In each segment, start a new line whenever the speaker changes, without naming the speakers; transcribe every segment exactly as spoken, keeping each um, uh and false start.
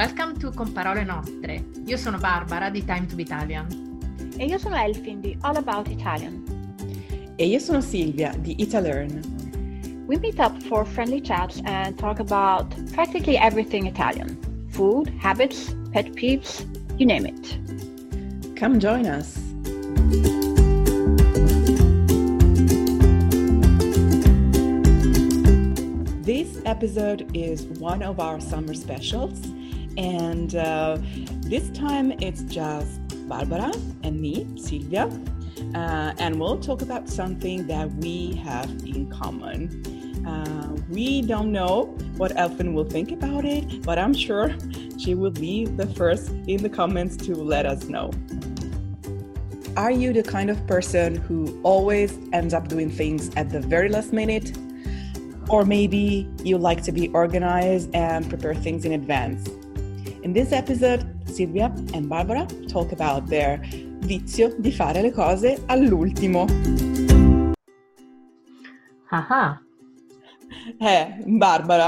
Welcome to Con Parole Nostre. Io sono Barbara di Time to be Italian.
E io sono Elfin di All About Italian.
E io sono Silvia di Italearn.
We meet up for friendly chats and talk about practically everything Italian. Food, habits, pet peeves, you name it.
Come join us. This episode is one of our summer specials, and uh, this time it's just Barbara and me, Silvia, uh, and we'll talk about something that we have in common. Uh, we don't know what Elfin will think about it, but I'm sure she will be the first in the comments to let us know. Are you the kind of person who always ends up doing things at the very last minute? Or maybe you like to be organized and prepare things in advance. In this episode, Silvia and Barbara talk about their vizio di fare le cose all'ultimo.
Ah.
Eh, Barbara.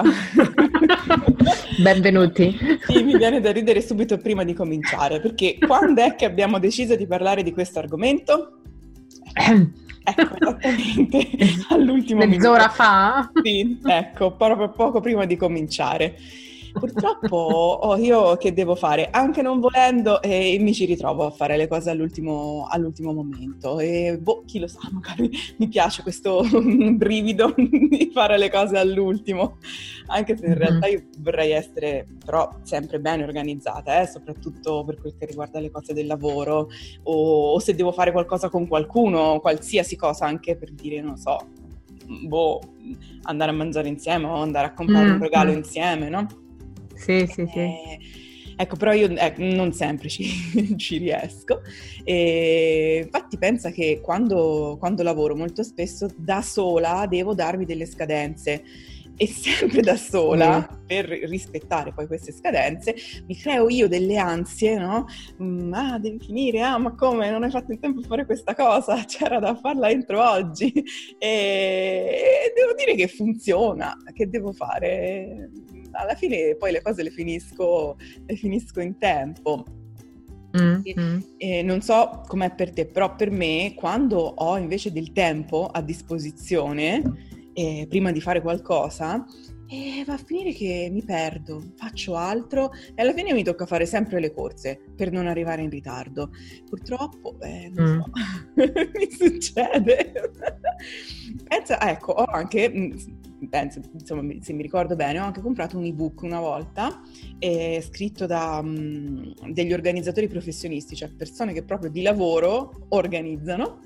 Benvenuti.
Sì, mi viene da ridere subito prima di cominciare, perché quando è che abbiamo deciso di parlare di questo argomento? Ecco, esattamente, all'ultimo minuto.
Mezz'ora fa?
Sì, ecco, proprio poco prima di cominciare. Purtroppo oh, io che devo fare? Anche non volendo, e mi ci ritrovo a fare le cose all'ultimo, all'ultimo momento. E boh, chi lo sa, magari mi piace questo brivido di fare le cose all'ultimo. Anche se in realtà io vorrei essere però sempre bene organizzata, eh, soprattutto per quel che riguarda le cose del lavoro, o, o se devo fare qualcosa con qualcuno, qualsiasi cosa, anche per dire, non so, boh, andare a mangiare insieme o andare a comprare mm. un regalo insieme, no?
Sì, sì, sì.
Eh, ecco, però io eh, non sempre ci, ci riesco. E infatti pensa che quando, quando lavoro molto spesso da sola devo darmi delle scadenze. E sempre da sola, mm. per rispettare poi queste scadenze, mi creo io delle ansie, no? Mm, ah, devi finire, ah, ma come? Non hai fatto in tempo a fare questa cosa? C'era da farla entro oggi. E, e devo dire che funziona, che devo fare? Alla fine poi le cose le finisco, le finisco in tempo. Mm-hmm. E non so com'è per te, però per me, quando ho invece del tempo a disposizione, Eh, prima di fare qualcosa, e va a finire che mi perdo, faccio altro e alla fine mi tocca fare sempre le corse per non arrivare in ritardo. Purtroppo, eh, non mm. so, mi succede. Pensa, ecco, ho anche, penso, insomma, se mi ricordo bene, ho anche comprato un ebook una volta, eh, scritto da um, degli organizzatori professionisti, cioè persone che proprio di lavoro organizzano.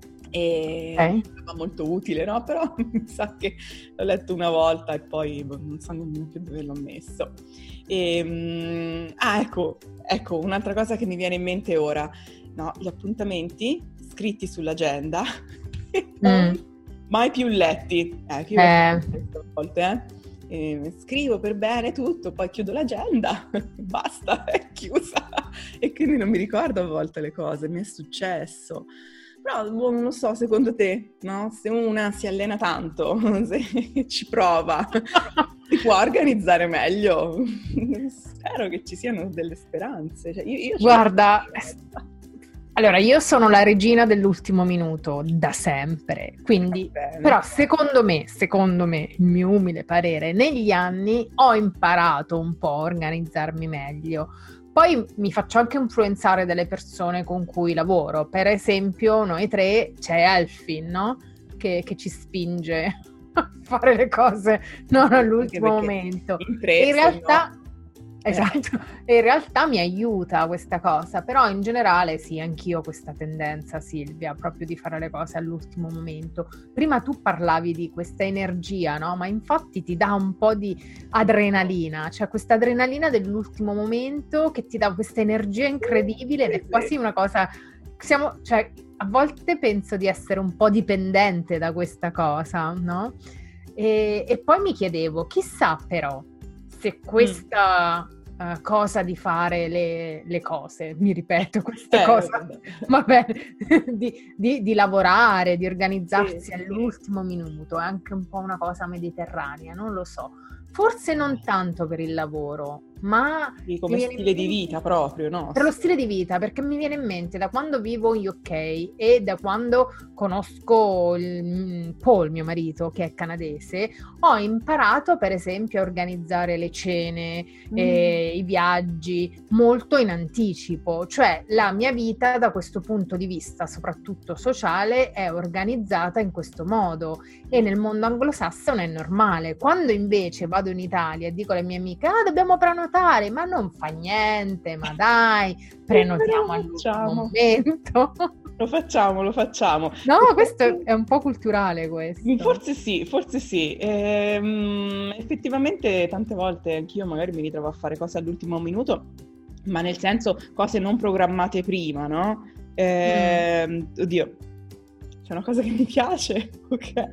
E
okay.
È molto utile, no? Però mi sa che l'ho letto una volta e poi non so nemmeno più dove l'ho messo. E, um, ah, ecco, ecco, un'altra cosa che mi viene in mente ora, no? Gli appuntamenti scritti sull'agenda e poi mm. mai più letti. Eh, più
eh.
queste volte, eh? E scrivo per bene tutto, poi chiudo l'agenda, basta, è chiusa. E quindi non mi ricordo a volte le cose, mi è successo. Però non so, secondo te, no? Se una si allena tanto, se ci prova, si può organizzare meglio? Spero che ci siano delle speranze. Cioè, io, io
Guarda, allora io sono la regina dell'ultimo minuto da sempre, quindi però secondo me, secondo me, il mio umile parere, negli anni ho imparato un po' a organizzarmi meglio. Poi mi faccio anche influenzare dalle persone con cui lavoro. Per esempio, noi tre c'è Elfin, no? Che, che ci spinge a fare le cose non all'ultimo momento.
In, tre,
in realtà,
no.
esatto, in realtà mi aiuta questa cosa, però in generale sì, anch'io ho questa tendenza, Silvia, proprio di fare le cose all'ultimo momento. Prima tu parlavi di questa energia, no? Ma infatti ti dà un po' di adrenalina, cioè questa adrenalina dell'ultimo momento che ti dà questa energia incredibile ed è quasi una cosa, siamo, cioè a volte penso di essere un po' dipendente da questa cosa, no? E, e poi mi chiedevo, chissà però se questa uh, cosa di fare le, le cose, mi ripeto queste
eh,
cose,
vabbè,
vabbè di, di, di lavorare, di organizzarsi
sì,
all'ultimo
sì.
minuto, è anche un po' una cosa mediterranea, non lo so. Forse non tanto per il lavoro, ma
Sì, come stile di vita proprio, no?
per lo stile di vita, perché mi viene in mente da quando vivo in U K e da quando conosco il, Paul, mio marito, che è canadese, ho imparato per esempio a organizzare le cene,
Mm.
eh, i viaggi molto in anticipo, cioè la mia vita da questo punto di vista, soprattutto sociale, è organizzata in questo modo e nel mondo anglosassone è normale. Quando invece vado in Italia e dico alle mie amiche, ah, dobbiamo prenotare, ma non fa niente, ma dai, prenotiamo all'ultimo momento.
Lo facciamo, lo facciamo.
No, questo è un po' culturale questo.
Forse sì, forse sì. Ehm, effettivamente tante volte anch'io magari mi ritrovo a fare cose all'ultimo minuto, ma nel senso cose non programmate prima, no? Ehm, mm. Oddio, c'è una cosa che mi piace, ok?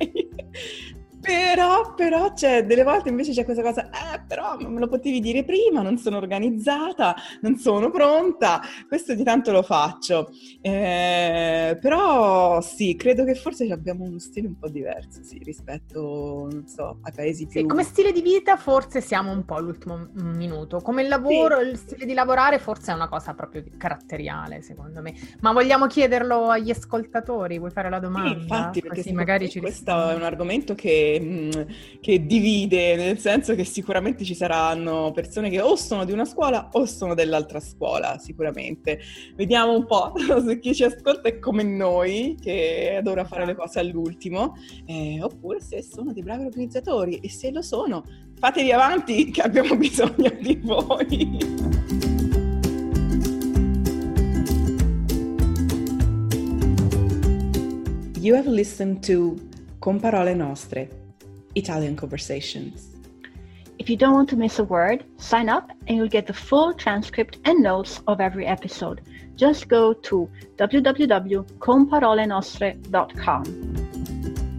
Però, però c'è delle volte invece c'è questa cosa, eh però me lo potevi dire prima, non sono organizzata, non sono pronta, questo di tanto lo faccio, eh, però sì, credo che forse abbiamo uno stile un po' diverso, sì, rispetto, non so, ai paesi più...
Sì, come stile di vita forse siamo un po' all'ultimo minuto, come il lavoro, sì. Il stile di lavorare forse è una cosa proprio caratteriale secondo me, ma vogliamo chiederlo agli ascoltatori, vuoi fare la domanda?
Sì, infatti, perché
sì, magari ci
questo risponde. È un argomento che che divide, nel senso che sicuramente ci saranno persone che o sono di una scuola o sono dell'altra scuola, sicuramente. Vediamo un po' se chi ci ascolta è come noi, che adora fare le cose all'ultimo, eh, oppure se sono dei bravi organizzatori, e se lo sono, fatevi avanti che abbiamo bisogno di voi. You have listened to Con Parole Nostre, Italian Conversations.
If you don't want to miss a word, sign up and you'll get the full transcript and notes of every episode. Just go to w w w dot con parole nostre dot com.